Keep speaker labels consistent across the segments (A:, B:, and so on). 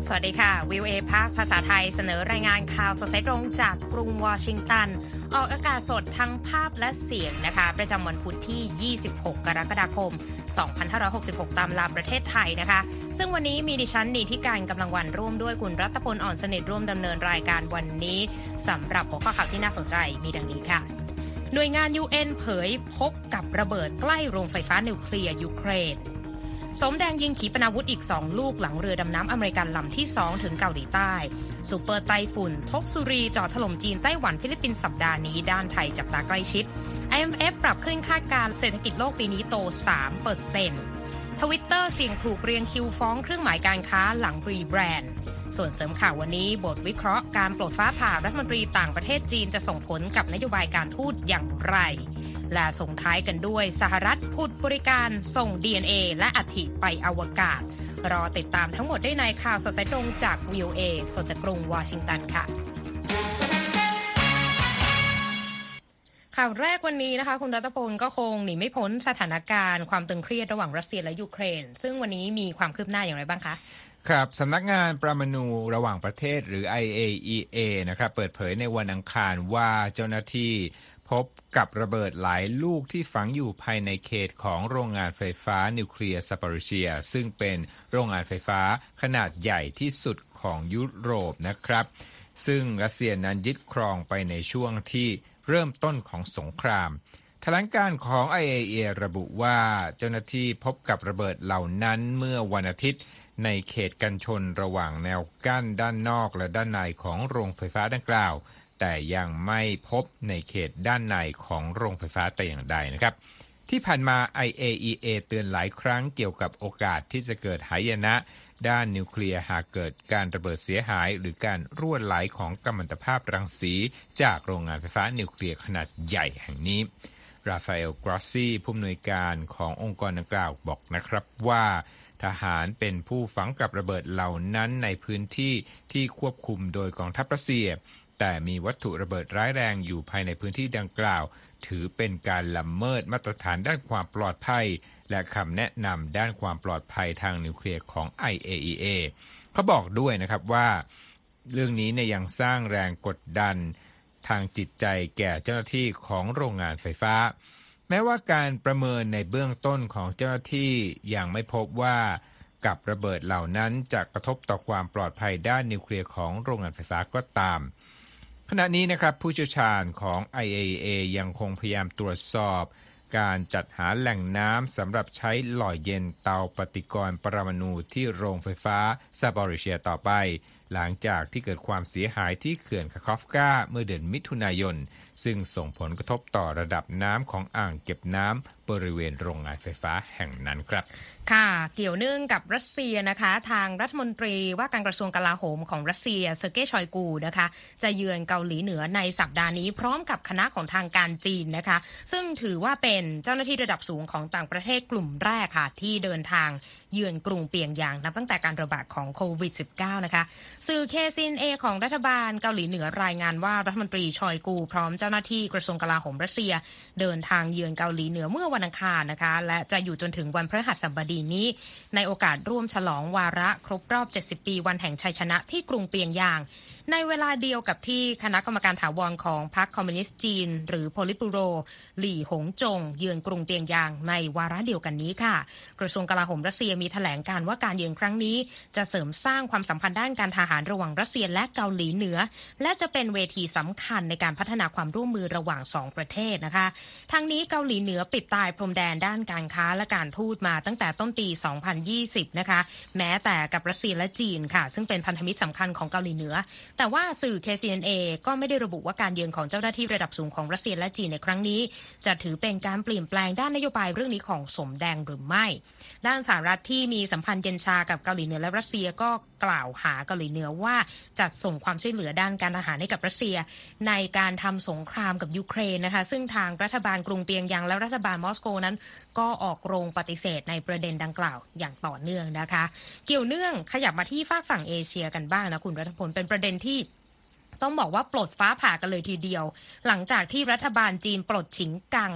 A: สวัสดีค่ะ VOA ภาคภาษาไทยเสนอรายงานข่าวสดตรงจากกรุงวอชิงตันออกอากาศสดทั้งภาพและเสียงนะคะประจำวันพุธที่26กรกฎาคม2566ตามเวลาประเทศไทยนะคะซึ่งวันนี้มีดิฉันนีธิการกำลังวันร่วมด้วยคุณรัตพลอ่อนสนิทร่วมดำเนินรายการวันนี้สำหรับหัวข้อข่าวที่น่าสนใจมีดังนี้ค่ะหน่วยงาน UN เผยพบกับระเบิดใกล้โรงไฟฟ้านิวเคลียร์ยูเครนสมแดงยิงขีปนาวุธอีก2ลูกหลังเรือดำน้ำอเมริกันลำที่2ถึงเกาหลีใต้ซูเปอร์ไต้ฝุ่นทกซุรีจ่อถล่มจีนไต้หวันฟิลิปปินส์สัปดาห์นี้ด้านไทยจับตาใกล้ชิด IMF ปรับขึ้นคาดการณ์เศรษฐกิจโลกปีนี้โต 3% Twitter เสี่ยงถูกเรียงคิวฟ้องเครื่องหมายการค้าหลังรีแบรนด์ส่วนเสริมข่าววันนี้บทวิเคราะห์การโปรดฟ้าผ่ารัฐมนตรีต่างประเทศจีนจะส่งผลกับนโยบายการทูตอย่างไรและส่งท้ายกันด้วยสหรัฐผุดบริการส่ง DNA และอัฐิไปอวกาศรอติดตามทั้งหมดได้ในข่าวสดตรงจาก VOA สดจากกรุงวอชิงตันค่ะข่าวแรกวันนี้นะคะคุณรัตพลก็คงหนีไม่พ้นสถานการณ์ความตึงเครียดระหว่างรัสเซียและยูเครนซึ่งวันนี้มีความคืบหน้าอย่างไรบ้างคะ
B: ครับสำนักงานปรมาณูระหว่างประเทศหรือ IAEA นะครับเปิดเผยในวันอังคารว่าเจ้าหน้าที่พบกับระเบิดหลายลูกที่ฝังอยู่ภายในเขตของโรงงานไฟฟ้านิวเคลียร์ซาปาริเชียซึ่งเป็นโรงงานไฟฟ้าขนาดใหญ่ที่สุดของยุโรปนะครับซึ่งรัสเซียนั้นยึดครองไปในช่วงที่เริ่มต้นของสงครามแถลงการของ IAEA ระบุว่าเจ้าหน้าที่พบกับระเบิดเหล่านั้นเมื่อวันอาทิตย์ในเขตกันชนระหว่างแนวกั้นด้านนอกและด้านในของโรงไฟฟ้าดังกล่าวแต่ยังไม่พบในเขตด้านในของโรงไฟฟ้าแต่อย่างใดนะครับที่ผ่านมา IAEA เตือนหลายครั้งเกี่ยวกับโอกาสที่จะเกิดหายนะด้านนิวเคลียร์หากเกิดการระเบิดเสียหายหรือการรั่วไหลของกัมมันตภาพรังสีจากโรงงานไฟฟ้านิวเคลียร์ขนาดใหญ่แห่งนี้ราฟาเอลกรอสซีผู้อำนวยการขององค์กรดังกล่าวบอกนะครับว่าทหารเป็นผู้ฝังกับระเบิดเหล่านั้นในพื้นที่ที่ควบคุมโดยกองทัพรัสเซียแต่มีวัตถุระเบิดร้ายแรงอยู่ภายในพื้นที่ดังกล่าวถือเป็นการละเมิดมาตรฐานด้านความปลอดภัยและคำแนะนำด้านความปลอดภัยทางนิวเคลียร์ของ IAEA เขาบอกด้วยนะครับว่าเรื่องนี้ยังสร้างแรงกดดันทางจิตใจแก่เจ้าหน้าที่ของโรงงานไฟฟ้าแม้ว่าการประเมินในเบื้องต้นของเจ้าหน้าที่ยังไม่พบว่ากับระเบิดเหล่านั้นจะกระทบต่อความปลอดภัยด้านนิวเคลียร์ของโรงงานไฟฟ้าก็ตามขณะนี้นะครับผู้เชี่ยวชาญของ IAEA ยังคงพยายามตรวจสอบการจัดหาแหล่งน้ำสำหรับใช้หล่อเย็นเตาปฏิกรณ์ปรมาณูที่โรงไฟฟ้าซาปอริเชียต่อไปหลังจากที่เกิดความเสียหายที่เขื่อนคาคอฟกาเมื่อเดือนมิถุนายนซึ่งส่งผลกระทบต่อระดับน้ำของอ่างเก็บน้ำบริเวณโรงงานไฟฟ้าแห่งนั้นครับ
A: ค่ะเกี่ยวเนื่องกับรัสเซียนะคะทางรัฐมนตรีว่าการกระทรวงกลาโหมของรัสเซียเซอร์เกย์ชอยกูนะคะจะเยือนเกาหลีเหนือในสัปดาห์นี้พร้อมกับคณะของทางการจีนนะคะซึ่งถือว่าเป็นเจ้าหน้าที่ระดับสูงของต่างประเทศกลุ่มแรกค่ะที่เดินทางเยือนกรุงเปียงยางนับตั้งแต่การระบาดของโควิด -19 นะคะสื่อ KCNA ของรัฐบาลเกาหลีเหนือรายงานว่ารัฐมนตรีชอยกูพร้อมเจ้าหน้าที่กระทรวงกลาโหมรัสเซียเดินทางเยือนเกาหลีเหนือเมื่อวันอังคารนะคะและจะอยู่จนถึงวันพฤหัสบดีนี้ในโอกาสร่วมฉลองวาระครบรอบ70ปีวันแห่งชัยชนะที่กรุงเปียงยางในเวลาเดียวกับที่คณะกรรมการถาวรของพรรคคอมมิวนิสต์จีนหรือโพลิตบูโรหลี่หงจงเยือนกรุงเปียงยางในวาระเดียวกันนี้ค่ะกระทรวงกลาโหมรัสเซียมีแถลงการว่าการเยือนครั้งนี้จะเสริมสร้างความสัมพันธ์ด้านการทหารระหว่างรัสเซียและเกาหลีเหนือและจะเป็นเวทีสำคัญในการพัฒนาความร่วมมือระหว่าง2ประเทศนะคะทั้งนี้เกาหลีเหนือปิดตายพรมแดนด้านการค้าและการทูตมาตั้งแต่ต้นปี 2020 นะคะแม้แต่กับรัสเซียและจีนค่ะซึ่งเป็นพันธมิตรสำคัญของเกาหลีเหนือแต่ว่าสื่อ KCNA ก็ไม่ได้ระบุว่าการเยือนของเจ้าหน้าที่ระดับสูงของรัสเซียและจีนในครั้งนี้จะถือเป็นการเปลี่ยนแปลงด้านนโยบายเรื่องนี้ของสมแดงหรือไม่ด้านสหรัฐที่มีสัมพันธ์เย็นชากับเกาหลีเหนือและรัสเซียก็กล่าวหาเกาหลีเหนือว่าจัดส่งความช่วยเหลือด้านการทหารให้กับรัสเซียในการทำสงครามกับยูเครนนะคะซึ่งทางรัฐบาลกรุงเปียงยางและรัฐบาลมอสโกนั้นก็ออกโรงปฏิเสธในประเด็นดังกล่าวอย่างต่อเนื่องนะคะเกี่ยวเนื่องขยับมาที่ฝากฝั่งเอเชียกันบ้างนะคุณรัฐพลเป็นประเด็นที่ต้องบอกว่าปลดฟ้าผ่ากันเลยทีเดียวหลังจากที่รัฐบาลจีนปลดฉิงกัง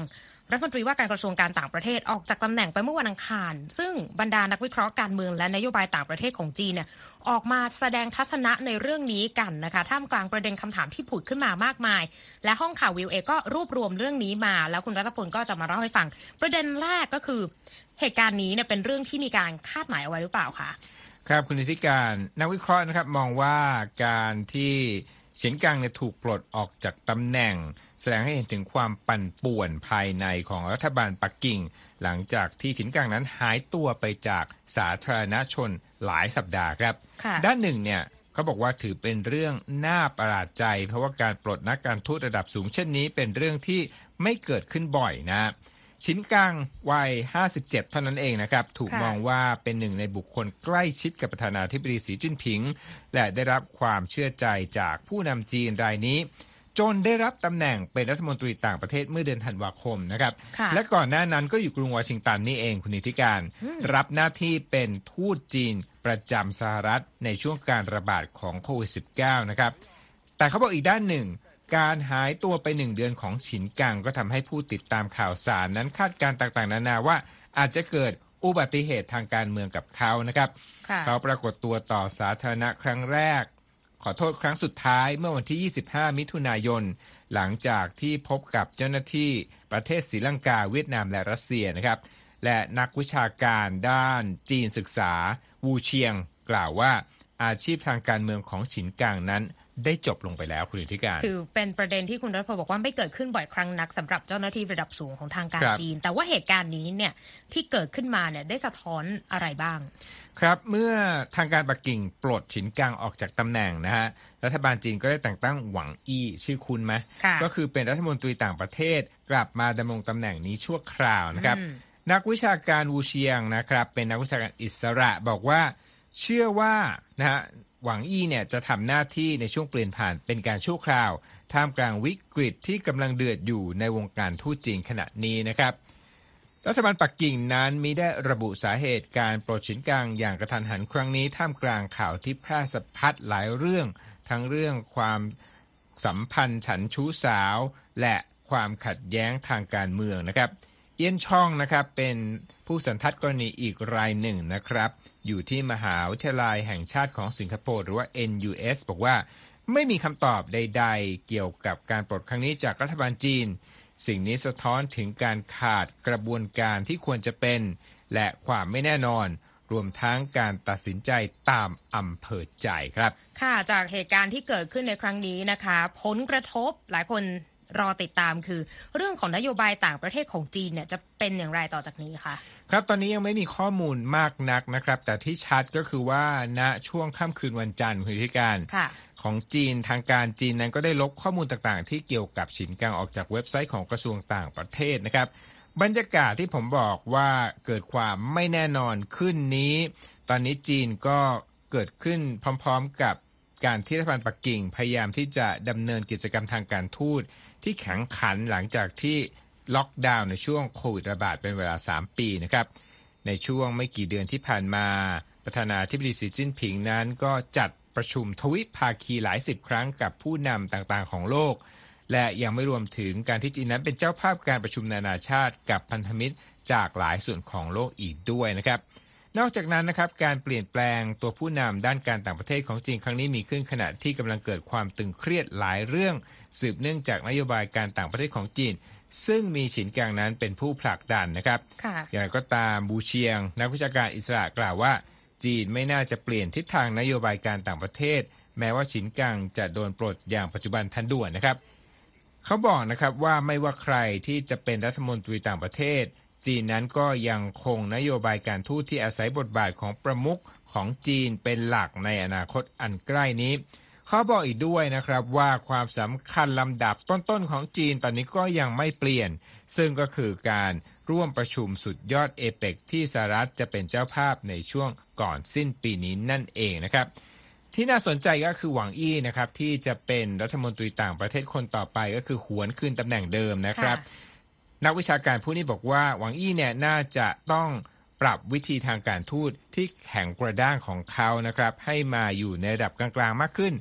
A: รัฐมนตรีว่าการกระทรวงการต่างประเทศออกจากตำแหน่งไปเมื่อวันอังคารซึ่งบรรดานักวิเคราะห์การเมืองและนโยบายต่างประเทศของจีนเนี่ยออกมาแสดงทัศนะในเรื่องนี้กันนะคะท่ามกลางประเด็นคำถามที่ผุดขึ้นมามากมายและห้องข่าววิวเอก็รวบรวมเรื่องนี้มาแล้วคุณรัตพลก็จะมาเล่าให้ฟังประเด็นแรกก็คือเหตุการณ์นี้เนี่ยเป็นเรื่องที่มีการคาดหมายเอาไว้หรือเปล่าคะ
B: ครับคุณนิติการนักวิเคราะห์นะครับมองว่าการที่เฉินกังเนี่ยถูกปลดออกจากตำแหน่งแสดงให้เห็นถึงความปั่นป่วนภายในของรัฐบาลปักกิ่งหลังจากที่เฉินกังนั้นหายตัวไปจากสาธารณชนหลายสัปดาห์ครับด้านหนึ่งเนี่ยเขาบอกว่าถือเป็นเรื่องน่าประหลาดใจเพราะว่าการปลดนักการทูตระดับสูงเช่นนี้เป็นเรื่องที่ไม่เกิดขึ้นบ่อยนะฉินกังวัย57เท่านั้นเองนะครับถูกมองว่าเป็นหนึ่งในบุคคลใกล้ชิดกับประธานาธิบดีสีจิ้นผิงและได้รับความเชื่อใจจากผู้นำจีนรายนี้จนได้รับตำแหน่งเป็นรัฐมนตรีต่างประเทศเมื่อเดือนธันวาคมนะครับและก่อนหน้านั้นก็อยู่กรุงวอชิงตันนี่เองคุณนิติการรับหน้าที่เป็นทูตจีนประจำสหรัฐในช่วงการระบาดของโควิด -19 นะครับแต่เขาบอกอีกด้านหนึ่งการหายตัวไป1 เดือนของฉินกังก็ทำให้ผู้ติดตามข่าวสารนั้นคาดการณ์ต่างๆนานาว่าอาจจะเกิดอุบัติเหตุทางการเมืองกับเขานะครับเขาปรากฏตัวต่อสาธารณะครั้งแรกขอโทษครั้งสุดท้ายเมื่อวันที่25มิถุนายนหลังจากที่พบกับเจ้าหน้าที่ประเทศศรีลังกาเวียดนามและรัสเซียนะครับและนักวิชาการด้านจีนศึกษาวูเชียงกล่าวว่าอาชีพทางการเมืองของฉินกังนั้นได้จบลงไปแล้วคุณธิการ
A: คือเป็นประเด็นที่คุณรัฐพลบอกว่าไม่เกิดขึ้นบ่อยครั้งนักสำหรับเจ้าหน้าที่ระดับสูงของทางการจีนแต่ว่าเหตุการณ์นี้เนี่ยที่เกิดขึ้นมาเนี่ยได้สะท้อนอะไรบ้าง
B: ครับเมื่อทางการปักกิ่งปลดฉินกังออกจากตำแหน่งนะฮะรัฐบาลจีนก็ได้แต่งตั้งหวังอี้ชื่อคุณไหมก็คือเป็นรัฐมนตรีต่างประเทศกลับมาดำรงตำแหน่งนี้ชั่วคราวนะครับนักวิชาการวูเชียงนะครับเป็นนักวิชาการอิสระบอกว่าเชื่อว่านะฮะหวังอี้เนี่ยจะทำหน้าที่ในช่วงเปลี่ยนผ่านเป็นการชั่วคราวท่ามกลางวิกฤตที่กำลังเดือดอยู่ในวงการทูตจีนขณะนี้นะครับรัฐบาลปักกิ่งนั้นมิได้ระบุสาเหตุการปลดฉินกังอย่างกระทันหันครั้งนี้ท่ามกลางข่าวที่แพร่สะพัดหลายเรื่องทั้งเรื่องความสัมพันธ์ฉันชู้สาวและความขัดแย้งทางการเมืองนะครับเอี้ยนช่องนะครับเป็นผู้สันทัดกรณีอีกรายหนึ่งนะครับอยู่ที่มหาวิทยาลัยแห่งชาติของสิงคโปร์หรือว่า NUS บอกว่าไม่มีคำตอบใดๆเกี่ยวกับการปลดครั้งนี้จากรัฐบาลจีนสิ่งนี้สะท้อนถึงการขาดกระบวนการที่ควรจะเป็นและความไม่แน่นอนรวมทั้งการตัดสินใจตามอำเภอใจครับ
A: ค่ะจากเหตุการณ์ที่เกิดขึ้นในครั้งนี้นะคะผลกระทบหลายคนรอติดตามคือเรื่องของนโยบายต่างประเทศของจีนเนี่ยจะเป็นอย่างไรต่อจากนี้คะ
B: ครับตอนนี้ยังไม่มีข้อมูลมากนักนะครับแต่ที่ชัดก็คือว่าณช่วงค่ำคืนวันจันทร์คุณธิการของจีนทางการจีนนั้นก็ได้ลบข้อมูลต่างๆที่เกี่ยวกับฉินกังออกจากเว็บไซต์ของกระทรวงต่างประเทศนะครับบรรยากาศที่ผมบอกว่าเกิดความไม่แน่นอนขึ้นนี้ตอนนี้จีนก็เกิดขึ้นพร้อมๆกับการที่รัฐบาลปักกิ่งพยายามที่จะดำเนินกิจกรรมทางการทูตที่แข็งขันหลังจากที่ล็อกดาวน์ในช่วงโควิดระบาดเป็นเวลา3 ปีนะครับในช่วงไม่กี่เดือนที่ผ่านมาประธานาธิบดีสีจิ้นผิงนั้นก็จัดประชุมทวิภาคีหลาย10 ครั้งกับผู้นำต่างๆของโลกและยังไม่รวมถึงการที่จีนนั้นเป็นเจ้าภาพการประชุมนานาชาติกับพันธมิตรจากหลายส่วนของโลกอีกด้วยนะครับนอกจากนั้นนะครับการเปลี่ยนแปลงตัวผู้นำด้านการต่างประเทศของจีนครั้งนี้มีขึ้นขณะที่กำลังเกิดความตึงเครียดหลายเรื่องสืบเนื่องจากนโยบายการต่างประเทศของจีนซึ่งมีฉินกังนั้นเป็นผู้ผลักดันนะครับอย่างไรก็ตามบูเชียงนักวิชาการอิสระกล่าวว่าจีนไม่น่าจะเปลี่ยนทิศทางนโยบายการต่างประเทศแม้ว่าฉินกังจะโดนปลดอย่างปัจจุบันทันด่วนนะครับเขาบอกนะครับว่าไม่ว่าใครที่จะเป็นรัฐมนตรีต่างประเทศจีนนั้นก็ยังคงนโยบายการทูตที่อาศัยบทบาทของประมุขของจีนเป็นหลักในอนาคตอันใกล้นี้เขาบอกอีกด้วยนะครับว่าความสำคัญลำดับต้นๆของจีนตอนนี้ก็ยังไม่เปลี่ยนซึ่งก็คือการร่วมประชุมสุดยอดเอเปกที่สหรัฐจะเป็นเจ้าภาพในช่วงก่อนสิ้นปีนี้นั่นเองนะครับที่น่าสนใจก็คือหวังอี้นะครับที่จะเป็นรัฐมนตรีต่างประเทศคนต่อไปก็คือหวนคืนตำแหน่งเดิมนะครับนักวิชาการผู้นี้บอกว่าหวังอี้เนี่ยน่าจะต้องปรับวิธีทางการทูตที่แข็งกระด้างของเขานะครับให้มาอยู่ในระดับกลางๆมากขึ้น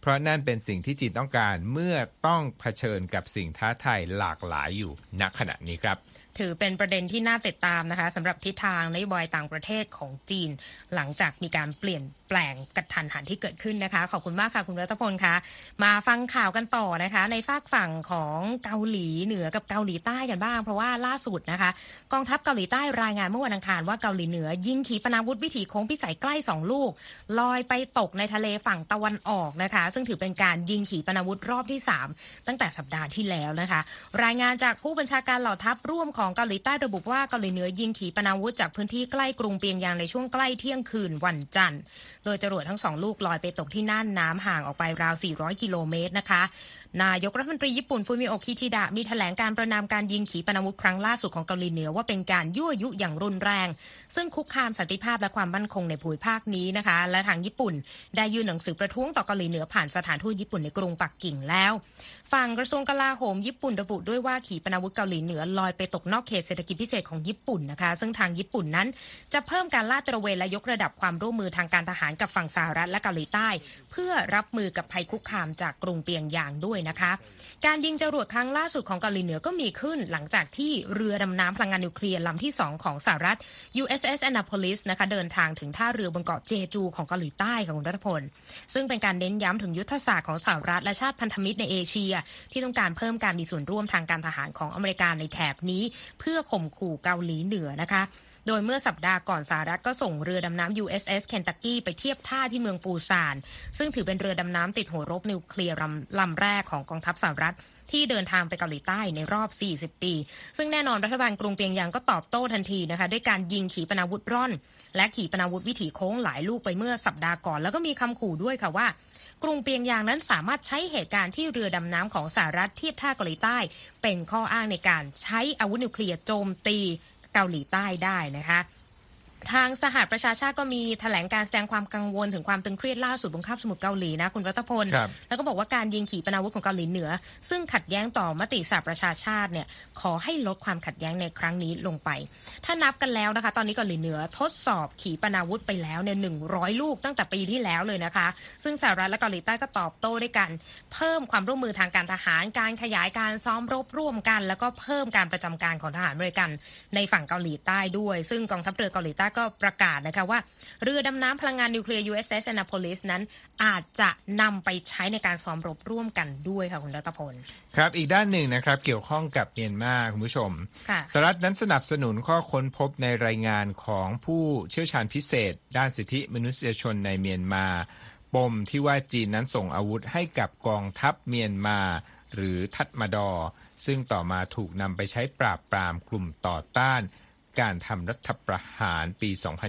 B: เพราะนั่นเป็นสิ่งที่จีนต้องการเมื่อต้องเผชิญกับสิ่งท้าทายหลากหลายอยู่ณขณะนี้ครับ
A: ถือเป็นประเด็นที่น่าติดตามนะคะสำหรับทิศทางนโยบายต่างประเทศของจีนหลังจากมีการเปลี่ยนแปลงกระทันหันที่เกิดขึ้นนะคะขอบคุณมากค่ะคุณรัตพลคะมาฟังข่าวกันต่อนะคะในฝากฝั่งของเกาหลีเหนือกับเกาหลีใต้กันบ้างเพราะว่าล่าสุดนะคะกองทัพเกาหลีใต้รายงานเมื่อวันอังคารว่าเกาหลีเหนือยิงขีปนาวุธวิถีโค้งพิสัยใกล้2ลูกลอยไปตกในทะเลฝั่งตะวันออกนะคะซึ่งถือเป็นการยิงขีปนาวุธรอบที่3ตั้งแต่สัปดาห์ที่แล้วนะคะรายงานจากผู้บัญชาการเหล่าทัพร่วมของเกาหลีใต้ระบุว่าเกาหลีเหนือยิงขีปนาวุธจากพื้นที่ใกล้กรุงเปียงยางในช่วงใกล้เที่ยงคืนวันจันทร์โดยจรวดทั้ง2ลูกลอยไปตกที่น่านน้ำห่างออกไปราว400กิโลเมตรนะคะนายกรัฐมนตรีญี่ปุ่นฟูมิโอะคิชิดะมีแถลงการประนามการยิงขีปนาวุธครั้งล่าสุดของเกาหลีเหนือว่าเป็นการยั่วยุอย่างรุนแรงซึ่งคุกคามสันติภาพและความมั่นคงในภูมิภาคนี้นะคะและทางญี่ปุ่นได้ยื่นหนังสือประท้วงต่อเกาหลีเหนือผ่านสถานทูตญี่ปุ่นในกรุงปักกิ่งแล้วฝั่งกระทรวงกลาโหมญี่ปุ่นระบุด้วยว่าขีปนาวุธเกาหลีเหนือลอยไปตกนอกเขตเศรษฐกิจพิเศษของญี่ปุ่นนะคะซึ่งทางญี่ปุ่นนั้นจะเพิ่มการลาดตระเวนและยกระดับความร่วมมือทางการทหารกับฝั่งสหรัฐและเกาหลีใต้เพื่อรับมือกับภัยคุกคามจากกรุงเปียงยางด้วยนะคะการยิงจรวดครั้งล่าสุดของเกาหลีเหนือก็มีขึ้นหลังจากที่เรือดำน้ำพลังงานนิวเคลียร์ลำที่2ของสหรัฐ USS Annapolis นะคะเดินทางถึงท่าเรือบนเกาะเจจูของเกาหลีใต้ค่ะคุณรัฐพลซึ่งเป็นการเน้นย้ำถึงยุทธศาสตร์ของสหรัฐและชาติพันธมิตรในเอเชียที่ต้องการเพิ่มการมีส่วนร่วมทางการทหารของอเมริกาในแถบนี้เพื่อข่มขู่เกาหลีเหนือนะคะโดยเมื่อสัปดาห์ก่อนสหรัฐก็ส่งเรือดำน้ำ USS Kentucky ไปเทียบท่าที่เมืองปูซานซึ่งถือเป็นเรือดำน้ำติดหัวรบนิวเคลียร์ลำแรกของกองทัพสหรัฐที่เดินทางไปเกาหลีใต้ในรอบ40ปีซึ่งแน่นอนรัฐบาลกรุงเปียงยางก็ตอบโต้ทันทีนะคะด้วยการยิงขีปนาวุธร่อนและขีปนาวุธวิถีโค้งหลายลูกไปเมื่อสัปดาห์ก่อนแล้วก็มีคำขู่ด้วยค่ะว่ากรุงเปียงยางนั้นสามารถใช้เหตุการณ์ที่เรือดำน้ำของสหรัฐเทียบท่าเกาหลีใต้เป็นข้ออ้างในการใช้อาวุธนิวเคลียร์โจมตีเกาหลีใต้ได้นะคะทางสหประชาชาติก็มีแถลงการแสดงความกังวลถึงความตึงเครียดล่าสุดบนคาบสมุทรเกาหลีนะคุณรัตพลแล้วก็บอกว่าการยิงขีปนาวุธของเกาหลีเหนือซึ่งขัดแย้งต่อมติสหประชาชาติเนี่ยขอให้ลดความขัดแย้งในครั้งนี้ลงไปถ้านับกันแล้วนะคะตอนนี้เกาหลีเหนือทดสอบขีปนาวุธไปแล้วเนี่ย100ลูกตั้งแต่ปีที่แล้วเลยนะคะซึ่งสหรัฐและเกาหลีใต้ก็ตอบโต้ด้วยกันเพิ่มความร่วมมือทางการทหารการขยายการซ้อมรบร่วมกันแล้วก็เพิ่มการประจำการของทหารอเมริกันในฝั่งเกาหลีใต้ด้วยซึ่งกองทัพเรือเกาหลีใต้ก็ประกาศว่าเรือดำน้ำพลังงานนิวเคลียร์ USS Annapolis นั้นอาจจะนำไปใช้ในการซ้อมรบร่วมกันด้วยค่ะคุณรัตพล
B: ครับอีกด้านหนึ่งนะครับเกี่ยวข้องกับเมียนมาคุณผู้ชมสหรัฐนั้นสนับสนุนข้อค้นพบในรายงานของผู้เชี่ยวชาญพิเศษด้านสิทธิมนุษยชนในเมียนมาปมที่ว่าจีนนั้นส่งอาวุธให้กับกองทัพเมียนมาหรือทัดมาดอซึ่งต่อมาถูกนำไปใช้ปราบปรามกลุ่มต่อต้านการทำรัฐประหารปี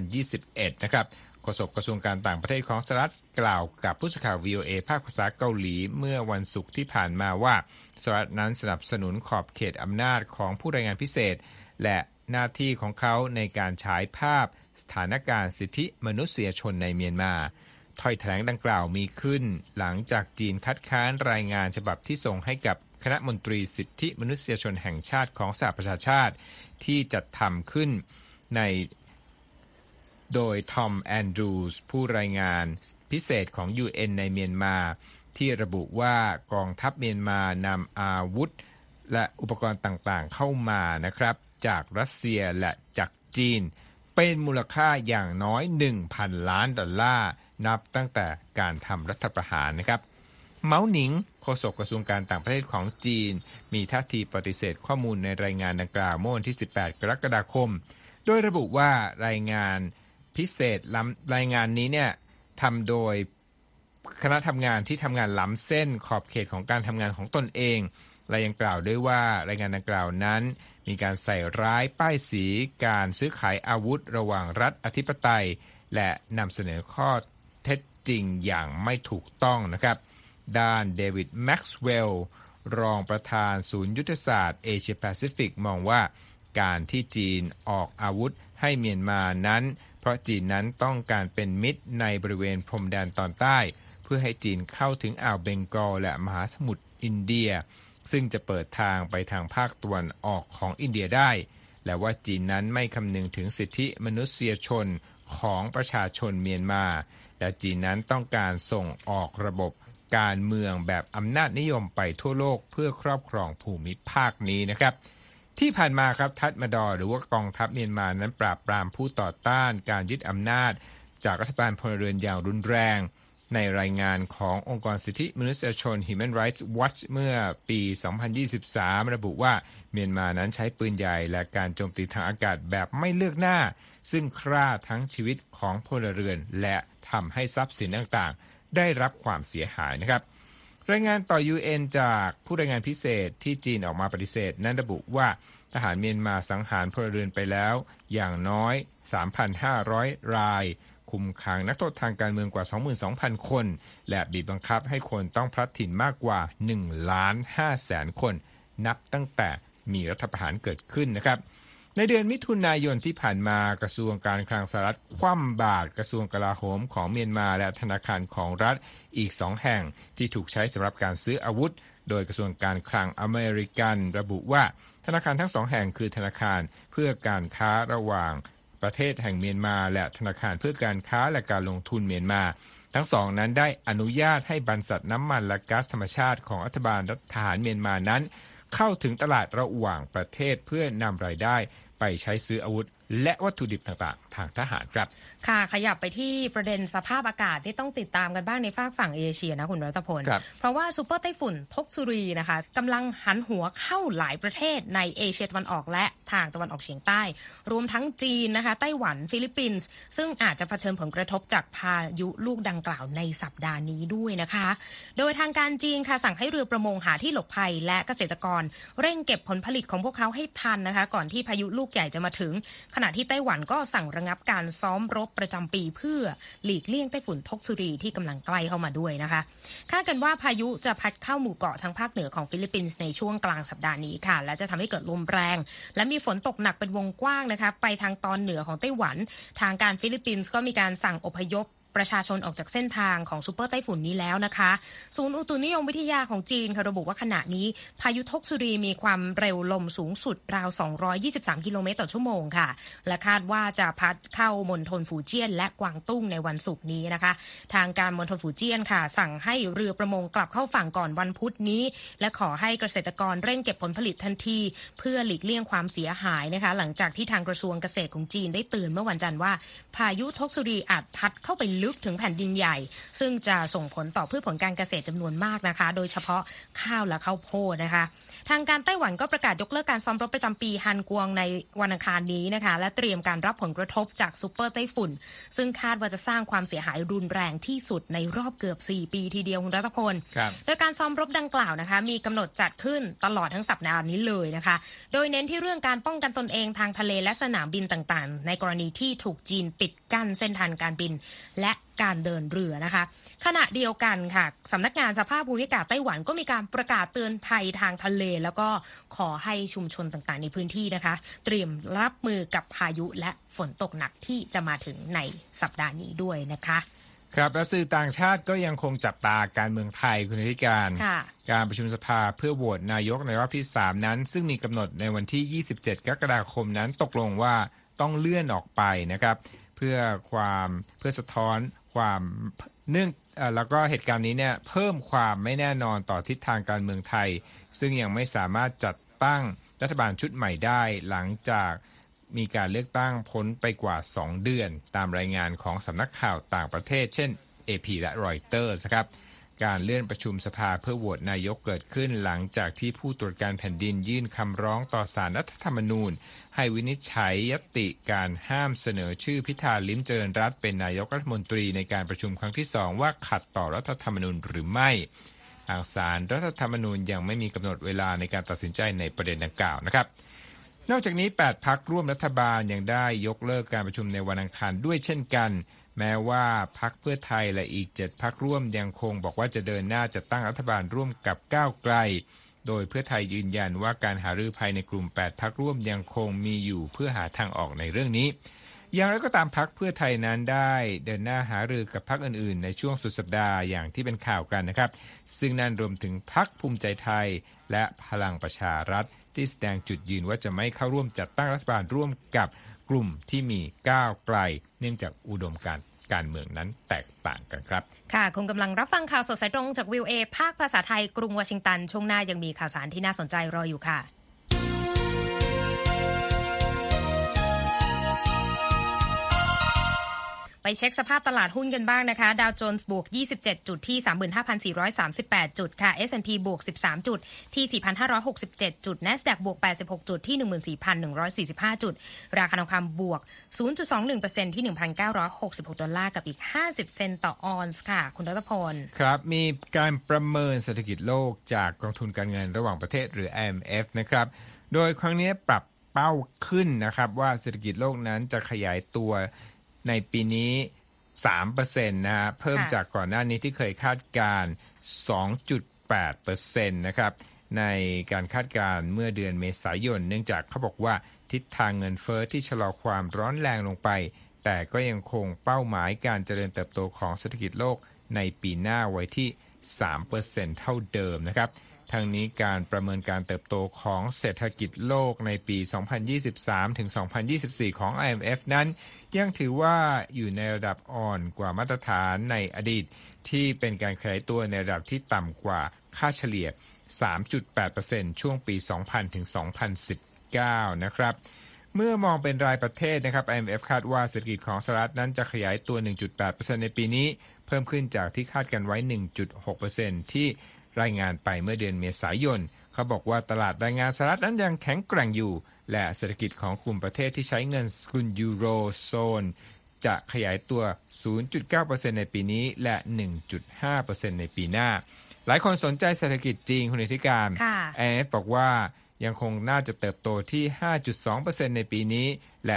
B: 2021 นะครับโฆษกกระทรวงการต่างประเทศของสหรัฐกล่าวกับผู้สื่อข่าว VOA ภาคภาษาเกาหลีเมื่อวันศุกร์ที่ผ่านมาว่าสหรัฐนั้นสนับสนุนขอบเขตอำนาจของผู้รายงานพิเศษและหน้าที่ของเขาในการฉายภาพสถานการณ์สิทธิมนุษยชนในเมียนมาถ้อยแถลงดังกล่าวมีขึ้นหลังจากจีนคัดค้านรายงานฉบับที่ส่งให้กับคณะมนตรีสิทธิมนุษยชนแห่งชาติของสหประชาชาติที่จัดทำขึ้นโดยทอมแอนดรูส์ผู้รายงานพิเศษของ UN ในเมียนมาที่ระบุว่ากองทัพเมียนมานำอาวุธและอุปกรณ์ต่างๆเข้ามานะครับจากรัสเซียและจากจีนเป็นมูลค่าอย่างน้อย 1,000 ล้านดอลลาร์นับตั้งแต่การทำรัฐประหารนะครับเมาหนิงโฆษกกระทรวงการต่างประเทศของจีนมีท่าทีปฏิเสธข้อมูลในรายงานดังกล่าวเมื่อวันที่18กรกฎาคมโดยระบุว่ารายงานพิเศษรายงานนี้เนี่ยทำโดยคณะทำงานที่ทำงานล้ำเส้นขอบเขตของการทำงานของตนเองและยังกล่าวด้วยว่ารายงานดังกล่าวนั้นมีการใส่ร้ายป้ายสีการซื้อขายอาวุธระหว่างรัฐอธิปไตยและนำเสนอข้อเท็จจริงอย่างไม่ถูกต้องนะครับด้านเดวิดแม็กซ์เวลล์รองประธานศูนย์ยุทธศาสตร์เอเชียแปซิฟิกมองว่าการที่จีนออกอาวุธให้เมียนมานั้นเพราะจีนนั้นต้องการเป็นมิตรในบริเวณพรมแดนตอนใต้เพื่อให้จีนเข้าถึงอ่าวเบงกอลและมหาสมุทรอินเดียซึ่งจะเปิดทางไปทางภาคตะวันออกของอินเดียได้และว่าจีนนั้นไม่คำนึงถึงสิทธิมนุษยชนของประชาชนเมียนมาและจีนนั้นต้องการส่งออกระบบการเมืองแบบอำนาจนิยมไปทั่วโลกเพื่อครอบครองภูมิภาคนี้นะครับที่ผ่านมาครับทัดมาดอหรือว่ากองทัพเมียนมานั้นปราบปรามผู้ต่อต้านการยึดอำนาจจากรัฐบาลพลเรือนอย่างรุนแรงในรายงานขององค์กรสิทธิมนุษยชน Human Rights Watch เมื่อปี 2023 ระบุว่าเมียนมานั้นใช้ปืนใหญ่และการโจมตีทางอากาศแบบไม่เลือกหน้าซึ่งฆ่าทั้งชีวิตของพลเรือนและทำให้ทรัพย์สินต่างๆได้รับความเสียหายนะครับรายงานต่อ UN จากผู้รายงานพิเศษที่จีนออกมาปฏิเสธนั้นระบุว่าทหารเมียนมาสังหารพลเรือนไปแล้วอย่างน้อย 3,500 รายคุมขังนักโทษทางการเมืองกว่า 22,000 คนและบีบบังคับให้คนต้องพลัดถิ่นมากกว่า 1,500,000 คนนับตั้งแต่มีรัฐประหารเกิดขึ้นนะครับในเดือนมิถุนายนที่ผ่านมากระทรวงการคลังสหรัฐคว่ำบาตรกระทรวงกลาโหมของเมียนมาและธนาคารของรัฐอีก2แห่งที่ถูกใช้สำหรับการซื้ออาวุธโดยกระทรวงการคลังอเมริกันระบุว่าธนาคารทั้ง2แห่งคือธนาคารเพื่อการค้าระหว่างประเทศแห่งเมียนมาและธนาคารเพื่อการค้าและการลงทุนเมียนมาทั้งสองนั้นได้อนุญาตให้บรรษัทน้ำมันและก๊าซธรรมชาติของรัฐบาลทหารเมียนมานั้นเข้าถึงตลาดระหว่างประเทศเพื่อนำรายได้ไปใช้ซื้ออาวุธและวัตถุดิบต่างๆทางทหารครับ
A: ค่ะขยับไปที่ประเด็นสภาพอากาศที่ต้องติดตามกันบ้างในฝั่งเอเชียนะคุณรัตพลเพราะว่าซูเปอร์ไต้ฝุ่นทกซุรีนะคะกำลังหันหัวเข้าหลายประเทศในเอเชียตะวันออกและทางตะวันออกเฉียงใต้รวมทั้งจีนนะคะไต้หวันฟิลิปปินส์ซึ่งอาจจะเผชิญผลกระทบจากพายุลูกดังกล่าวในสัปดาห์นี้ด้วยนะคะโดยทางการจีนค่ะสั่งให้เรือประมงหาที่หลบภัยและเกษตรกรเร่งเก็บผลผลิตของพวกเขาให้ทันนะคะก่อนที่พายุลูกใหญ่จะมาถึงขณะที่ไต้หวันก็สั่งระงับการซ้อมรบประจำปีเพื่อหลีกเลี่ยงไต้ฝุ่นทกซุรีที่กำลังใกล้เข้ามาด้วยนะคะคาดกันว่าพายุจะพัดเข้าหมู่เกาะทางภาคเหนือของฟิลิปปินส์ในช่วงกลางสัปดาห์นี้ค่ะและจะทำให้เกิดลมแรงและมีฝนตกหนักเป็นวงกว้างนะคะไปทางตอนเหนือของไต้หวันทางการฟิลิปปินส์ก็มีการสั่งอพยพประชาชนออกจากเส้นทางของซูเปอร์ไต้ฝุ่นนี้แล้วนะคะศูนย์อุตุนิยมวิทยาของจีนค่ะระบุว่าขณะนี้พายุทกซุรีมีความเร็วลมสูงสุดราว223กิโลเมตรต่อชั่วโมงค่ะและคาดว่าจะพัดเข้ามณฑลฟูเจี้ยนและกวางตุ้งในวันศุกร์นี้นะคะทางการมณฑลฟูเจี้ยนค่ะสั่งให้เรือประมงกลับเข้าฝั่งก่อนวันพุธนี้และขอให้เกษตรกรเร่งเก็บผลผลิตทันทีเพื่อหลีกเลี่ยงความเสียหายนะคะหลังจากที่ทางกระทรวงเกษตรของจีนได้เตือนเมื่อวันจันทร์ว่าพายุทกซุรีอาจพัดเข้าไปลึกถึงแผ่นดินใหญ่ซึ่งจะส่งผลต่อพืชผลการเกษตรจำนวนมากนะคะโดยเฉพาะข้าวและข้าวโพดนะคะทางการไต้หวันก็ประกาศยกเลิกการซ้อมรบประจำปีฮันกวงในวันอังคารนี้นะคะและเตรียมการรับผลกระทบจากซูเปอร์ไต้ฝุ่นซึ่งคาดว่าจะสร้างความเสียหายรุนแรงที่สุดในรอบเกือบ4ปีทีเดียวคุณรัตพลโดยการซ้อมรบดังกล่าวนะคะมีกำหนดจัดขึ้นตลอดทั้งสัปดาห์นี้เลยนะคะโดยเน้นที่เรื่องการป้องกันตนเองทางทะเลและสนามบินต่างๆในกรณีที่ถูกจีนปิดกั้นเส้นทางการบินและการเดินเรือนะคะขณะเดียวกันค่ะสำนักงานสภาพภูมิอากาศไต้หวันก็มีการประกาศเตือนภัยทางทะเลแล้วก็ขอให้ชุมชนต่างๆในพื้นที่นะคะเตรียมรับมือกับพายุและฝนตกหนักที่จะมาถึงในสัปดาห์นี้ด้วยนะคะ
B: ครับและสื่อต่างชาติก็ยังคงจับตาการเมืองไทยคุณธิการประชุมสภาเพื่อโหวตนายกในรอบที่3นั้นซึ่งมีกำหนดในวันที่27กรกฎาคมนั้นตกลงว่าต้องเลื่อนออกไปนะครับเพื่อสะท้อนความแล้วก็เหตุการณ์นี้เนี่ยเพิ่มความไม่แน่นอนต่อทิศทางการเมืองไทยซึ่งยังไม่สามารถจัดตั้งรัฐบาลชุดใหม่ได้หลังจากมีการเลือกตั้งพ้นไปกว่า2เดือนตามรายงานของสำนักข่าวต่างประเทศเช่น AP และ Reuters ครับการเลื่อนประชุมสภาเพื่อโหวตนายกเกิดขึ้นหลังจากที่ผู้ตรวจการแผ่นดินยื่นคำร้องต่อศาลรัฐธรรมนูญให้วินิจฉัยญัตติการห้ามเสนอชื่อพิธาลิ้มเจริญรัตน์เป็นนายกรัฐมนตรีในการประชุมครั้งที่2ว่าขัดต่อรัฐธรรมนูญหรือไม่ทางศาลรัฐธรรมนูญยังไม่มีกำหนดเวลาในการตัดสินใจในประเด็นดังกล่าวนะครับนอกจากนี้8พรรคร่วมรัฐบาลยังได้ยกเลิกการประชุมในวันอังคารด้วยเช่นกันแม้ว่าพรรคเพื่อไทยและอีก7พรรคร่วมยังคงบอกว่าจะเดินหน้าจัดตั้งรัฐบาลร่วมกับก้าวไกลโดยเพื่อไทยยืนยันว่าการหารือภายในกลุ่ม8พรรคร่วมยังคงมีอยู่เพื่อหาทางออกในเรื่องนี้อย่างไรก็ตามพรรคเพื่อไทยนั้นได้เดินหน้าหารือกับพรรคอื่นๆในช่วงสุดสัปดาห์อย่างที่เป็นข่าวกันนะครับซึ่งนั่นรวมถึงพรรคภูมิใจไทยและพลังประชารัฐที่แสดงจุดยืนว่าจะไม่เข้าร่วมจัดตั้งรัฐบาลร่วมกับกลุ่มที่มีก้าวไกลเนื่องจากอุดมการเมืองนั้นแตกต่างกันครับ
A: ค่ะคุณกำลังรับฟังข่าวสดสายตรงจากวิวเอภาคภาษาไทยกรุงวอชิงตันช่วงหน้ายังมีข่าวสารที่น่าสนใจรออยู่ค่ะไปเช็คสภาพตลาดหุ้นกันบ้างนะคะดาวโจนส์บวก27จุดที่ 35,438 จุดค่ะ S&P บวก13จุดที่ 4,567 จุด NASDAQ บวก86จุดที่ 14,145 จุดราคาทองคำบวก 0.21% ที่ 1,966 ดอลลาร์กับอีก50เซนต์ต่อออนซ์ค่ะคุณรัตพล
B: ครับมีการประเมินเศรษฐกิจโลกจากกองทุนการเงินระหว่างประเทศหรือ IMF นะครับโดยครั้งนี้ปรับเป้าขึ้นนะครับว่าเศรษฐกิจโลกนั้นจะขยายตัวในปีนี้ 3% นะฮะเพิ่มจากก่อนหน้านี้ที่เคยคาดการณ์ 2.8% นะครับในการคาดการณ์เมื่อเดือนเมษายนเนื่องจากเขาบอกว่าทิศทางเงินเฟ้อที่ชะลอความร้อนแรงลงไปแต่ก็ยังคงเป้าหมายการเจริญเติบโตของเศรษฐกิจโลกในปีหน้าไว้ที่ 3% เท่าเดิมนะครับทั้งนี้การประเมินการเติบโตของเศรษฐกิจโลกในปี 2023 ถึง 2024 ของ IMF นั้นยังถือว่าอยู่ในระดับอ่อนกว่ามาตรฐานในอดีตที่เป็นการขยายตัวในระดับที่ต่ำกว่าค่าเฉลี่ย 3.8% ช่วงปี 2000 ถึง 2019 นะครับเมื่อมองเป็นรายประเทศนะครับ IMF คาดว่าเศรษฐกิจของสหรัฐนั้นจะขยายตัว 1.8% ในปีนี้เพิ่มขึ้นจากที่คาดกันไว้ 1.6% ที่รายงานไปเมื่อเดือนเมษายนเขาบอกว่าตลาดแรงงานสหรัฐนั้นยังแข็งแกร่งอยู่และเศรษฐกิจของกลุ่มประเทศที่ใช้เงินสกุลยูโรโซนจะขยายตัว 0.9% ในปีนี้และ 1.5% ในปีหน้าหลายคนสนใจเศรษฐกิจจีนคุณนิติการ IMF บอกว่ายังคงน่าจะเติบโตที่ 5.2% ในปีนี้และ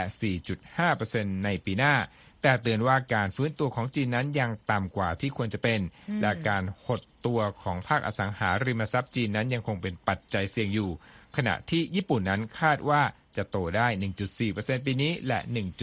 B: 4.5% ในปีหน้าแต่เตือนว่าการฟื้นตัวของจีนนั้นยังต่ำกว่าที่ควรจะเป็นและการหดตัวของภาคอสังหาริมทรัพย์จีนนั้นยังคงเป็นปัจจัยเสี่ยงอยู่ขณะที่ญี่ปุ่นนั้นคาดว่าจะโตได้ 1.4% ปีนี้และ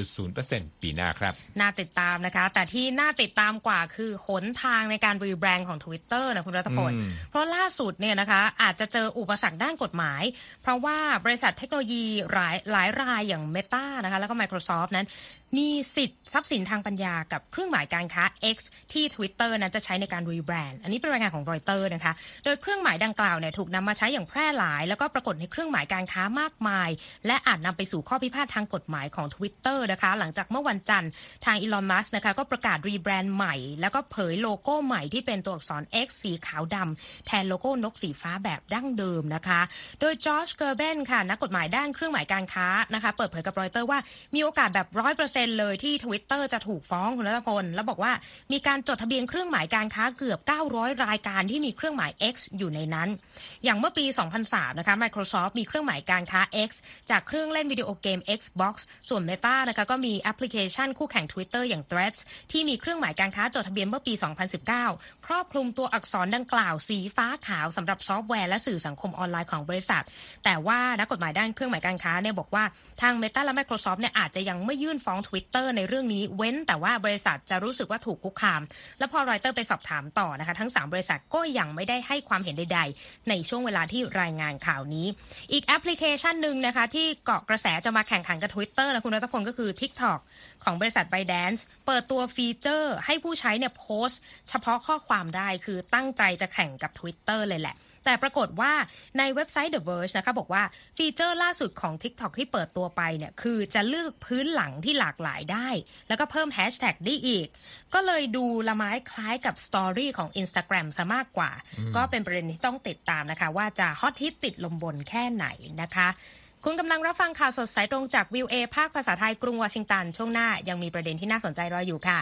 B: 1.0% ปีหน้าครับ
A: น่าติดตามนะคะแต่ที่น่าติดตามกว่าคือหนทางในการรีแบรนด์ของ Twitter นะคุณรัตพลเพราะล่าสุดเนี่ยนะคะอาจจะเจออุปสรรคด้านกฎหมายเพราะว่าบริษัทเทคโนโลยีหลายรายอย่าง Meta นะคะแล้วก็ Microsoft นั้นมีสิทธิ์ทรัพย์สินทางปัญญากับเครื่องหมายการค้า X ที่ Twitter นั้นจะใช้ในการรีแบรนด์อันนี้เป็นรายงานของ Reuters นะคะโดยเครื่องหมายดังกล่าวเนี่ยถูกนำมาใช้อย่างแพร่หลายแล้วก็ปรากฏในเครื่องหมายการค้ามากมายและอาจนำไปสู่ข้อพิพาททางกฎหมายของ Twitter นะคะหลังจากเมื่อวันจันทร์ทาง Elon Musk นะคะก็ประกาศรีแบรนด์ใหม่แล้วก็เผยโลโก้ใหม่ที่เป็นตัวอักษร X สีขาวดำแทนโลโก้นกสีฟ้าแบบดั้งเดิมนะคะโดยจอร์จเกอร์เบนค่ะนักกฎหมายด้านเครื่องหมายการค้านะคะเปิดเผยกับ Reuters ว่ามีโอกาสแบบ 100% เลยที่Twitter จะถูกฟ้องคุณรัตพลแล้วบอกว่ามีการจดทะเบียนเครื่องหมายการค้าเกือบ900รายการที่มีเครื่องหมาย X อยู่ในนั้นอย่างเมื่อปี 2003 นะคะ Microsoft มีเครื่องหมายการค้า X จากเครื่องเล่นวิดีโอเกม Xbox ส่วน Meta นะคะก็มีแอปพลิเคชันคู่แข่ง Twitter อย่าง Threads ที่มีเครื่องหมายการค้าจดทะเบียนเมื่อปี 2019 ครอบคลุมตัวอักษรดังกล่าวสีฟ้าขาวสำหรับซอฟต์แวร์และสื่อสังคมออนไลน์ของบริษัทแต่ว่านักกฎหมายด้านเครื่องหมายการค้าเนี่ยบอกว่าทาง Meta และ Microsoft เนี่ยอาจจะยังไม่ยื่นฟ้อง Twitter ในเรื่องนี้เว้นแต่ว่าบริษัทจะรู้สึกว่าถูกคุกคามและพอรอยเตอร์ไปสอบถามต่อนะคะทั้ง3บริษัทก็ยังไม่ได้ให้ความเห็นใดๆในช่วงเวลาที่รายงานข่าวนี้อีกแอปพลิเคชันนึงนะคะที่เกาะกระแสจะมาแข่งขันกับ Twitter นะคุณรัตพลก็คือ TikTok ของบริษัท ByteDance เปิดตัวฟีเจอร์ให้ผู้ใช้เนี่ยโพสต์เฉพาะข้อความได้คือตั้งใจจะแข่งกับ Twitter เลยแหละแต่ปรากฏว่าในเว็บไซต์ The Verge นะคะบอกว่าฟีเจอร์ล่าสุดของ TikTok ที่เปิดตัวไปเนี่ยคือจะเลือกพื้นหลังที่หลากหลายได้แล้วก็เพิ่มแฮชแท็กได้อีกก็เลยดูละไม้คล้ายกับสตอรี่ของ Instagram ซะมากกว่าก็เป็นประเด็นที่ต้องติดตามนะคะว่าจะฮอตฮิตติดลมบนแค่ไหนนะคะคุณกำลังรับฟังข่าวสดสายตรงจากวิวเอภาคภาษาไทยกรุงวอชิงตันช่วงหน้ายังมีประเด็นที่น่าสนใจรออยู่ค่ะ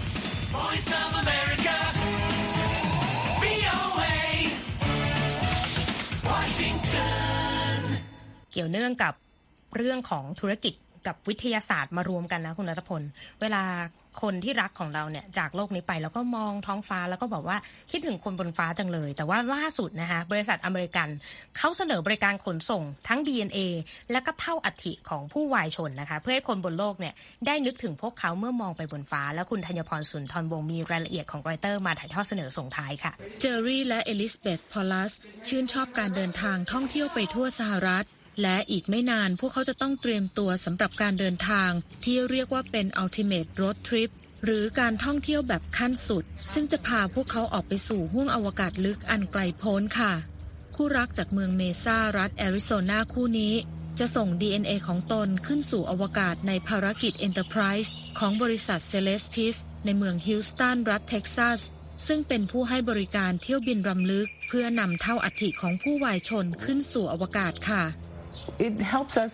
A: Voice of Americaเกี่ยวเนื่องกับเรื่องของธุรกิจกับวิทยาศาสตร์มารวมกันนะคุณรัตพลเวลาคนที่รักของเราเนี่ยจากโลกนี้ไปแล้วก็มองท้องฟ้าแล้วก็บอกว่าคิดถึงคนบนฟ้าจังเลยแต่ว่าล่าสุดนะคะบริษัทอเมริกันเขาเสนอบริการขนส่งทั้ง DNA และก็เท่าอัฐิของผู้วายชนนะคะเพื่อให้คนบนโลกเนี่ยได้นึกถึงพวกเขาเมื่อมองไปบนฟ้าแล้วคุณธัญพรสุนทรวงศ์มีรายละเอียดของรอยเตอร์มาถ่ายทอดเสนอส่งท้ายค่ะ
C: เจอรี่และเอลิซาเบธพอลัสชื่นชอบการเดินทางท่องเที่ยวไปทั่วสหรัฐและอีกไม่นานพวกเขาจะต้องเตรียมตัวสำหรับการเดินทางที่เรียกว่าเป็น Ultimate Road Trip หรือการท่องเที่ยวแบบขั้นสุดซึ่งจะพาพวกเขาออกไปสู่ห้วงอวกาศลึกอันไกลโพ้นค่ะคู่รักจากเมืองเมซารัฐแอริโซนาคู่นี้จะส่ง DNA ของตนขึ้นสู่อวกาศในภารกิจ Enterprise ของบริษัท Celestis ในเมืองฮิลสตันรัฐเท็กซัสซึ่งเป็นผู้ให้บริการเที่ยวบินรำลึกเพื่อนำเท่าอัฐิของผู้วายชนขึ้นสู่อวกาศค่ะ
D: It helps us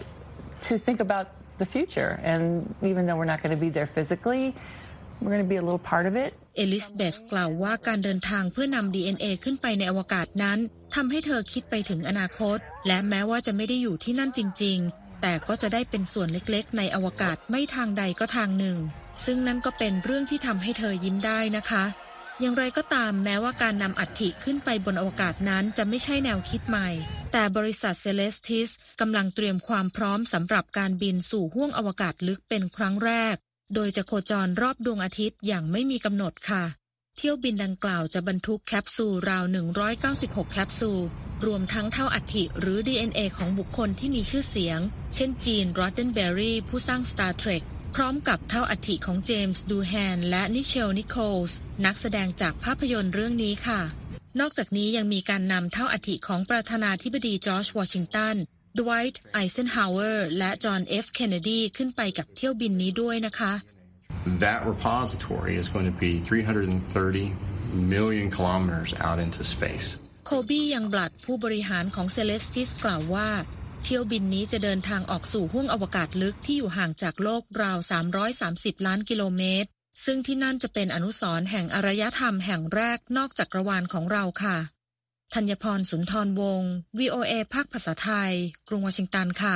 D: to think about the future and even though we're not going to be there physically we're going to be a little part of it
C: เอลิซเบธกล่าวว่าการเดินทางเพื่อนำ DNA ขึ้นไปในอวกาศนั้นทำให้เธอคิดไปถึงอนาคตและแม้ว่าจะไม่ได้อยู่ที่นั่นจริงๆแต่ก็จะได้เป็นส่วนเล็กๆในอวกาศไม่ทางใดก็ทางหนึ่งซึ่งนั่นก็เป็นเรื่องที่ทำให้เธอยิ้มได้นะคะอย่างไรก็ตามแม้ว่าการนำอัฐิขึ้นไปบนอวกาศนั้นจะไม่ใช่แนวคิดใหม่แต่บริษัท Celestis กำลังเตรียมความพร้อมสำหรับการบินสู่ห้วงอวกาศลึกเป็นครั้งแรกโดยจะโคจรรอบดวงอาทิตย์อย่างไม่มีกำหนดค่ะเที่ยวบินดังกล่าวจะบรรทุกแคปซูลราว196แคปซูลรวมทั้งเท่าอัฐิหรือ DNA ของบุคคลที่มีชื่อเสียงเช่นจีน โรดเดนเบอรี่ผู้สร้าง Star Trek พร้อมกับเท่าอัฐิของเจมส์ ดูแฮนและนิเชล นิโคลส์นักแสดงจากภาพยนตร์เรื่องนี้ค่ะนอกจากนี้ยังมีการนำเท่าอัฐิของประธานาธิบดีจอร์จ วอชิงตัน ดไวท์ ไอเซนฮาวเวอร์และจอห์น เอฟ เคนเนดีขึ้นไปกับเที่ยวบินนี้ด้วยนะคะ
E: That repository is going to be 330 million kilometers out into space.
C: โคบี้ยังบลัดผู้บริหารของ Celestis กล่าวว่าเที่ยวบินนี้จะเดินทางออกสู่ห้วงอวกาศลึกที่อยู่ห่างจากโลกราว330ล้านกิโลเมตรซึ่งที่นั่นจะเป็นอนุสรณ์แห่งอารยธรรมแห่งแรกนอกจักรวาลของเราค่ะธัญพร สุนทรวงศ์ VOA ภาคภาษาไทยกรุงวอชิงตันค่ะ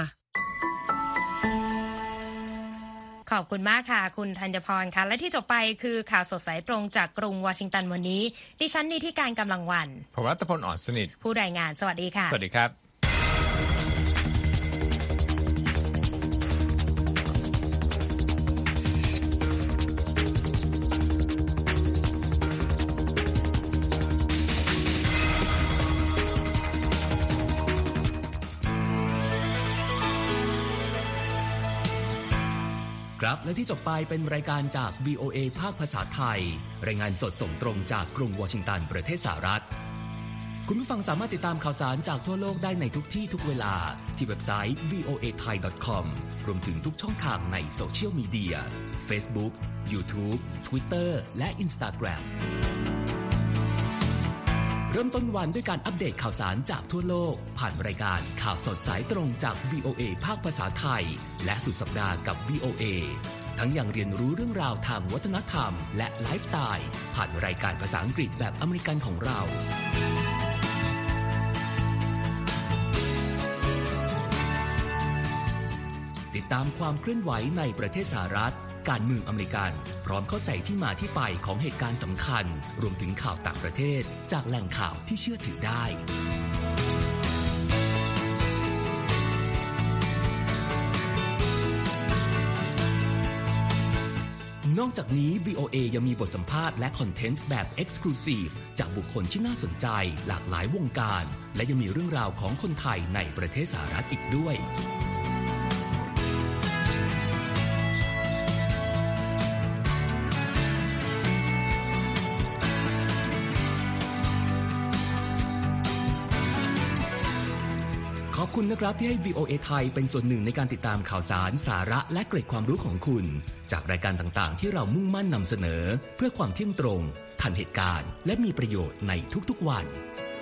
A: ขอบคุณมากค่ะคุณธัญพรค่ะและที่จบไปคือข่าวสดสายตรงจากกรุงวอชิงตันวันนี้ดิฉันนิธิการกำลังวัน
B: ผมรัตพล อ่อนสนิท
A: ผู้รายงานสวัสดีค่ะ
B: สวัสดีครับ
F: ครับและที่จบไปเป็นรายการจาก VOA ภาคภาษาไทยรายงานสดส่งตรงจากกรุงวอชิงตันประเทศสหรัฐคุณผู้ฟังสามารถติดตามข่าวสารจากทั่วโลกได้ในทุกที่ทุกเวลาที่เว็บไซต์ voathai.com รวมถึงทุกช่องทางในโซเชียลมีเดีย Facebook, YouTube, Twitter และ Instagramเริ่มต้นวันด้วยการอัปเดตข่าวสารจากทั่วโลกผ่านรายการข่าวสดสายตรงจาก VOA ภาคภาษาไทยและสุดสัปดาห์กับ VOA ทั้งยังเรียนรู้เรื่องราวทางวัฒนธรรมและไลฟ์สไตล์ผ่านรายการภาษาอังกฤษแบบอเมริกันของเราติดตามความเคลื่อนไหวในประเทศสหรัฐการเมืองอเมริกันพร้อมเข้าใจที่มาที่ไปของเหตุการณ์สำคัญรวมถึงข่าวต่างประเทศจากแหล่งข่าวที่เชื่อถือได้นอกจากนี้ VOA ยังมีบทสัมภาษณ์และคอนเทนต์แบบ Exclusive จากบุคคลที่น่าสนใจหลากหลายวงการและยังมีเรื่องราวของคนไทยในประเทศสหรัฐอีกด้วยขอบคุณนะครับที่ให้ VOA ไทยเป็นส่วนหนึ่งในการติดตามข่าวสารสาระและเกร็ดความรู้ของคุณจากรายการต่างๆที่เรามุ่งมั่นนำเสนอเพื่อความเที่ยงตรงทันเหตุการณ์และมีประโยชน์ในทุกๆวัน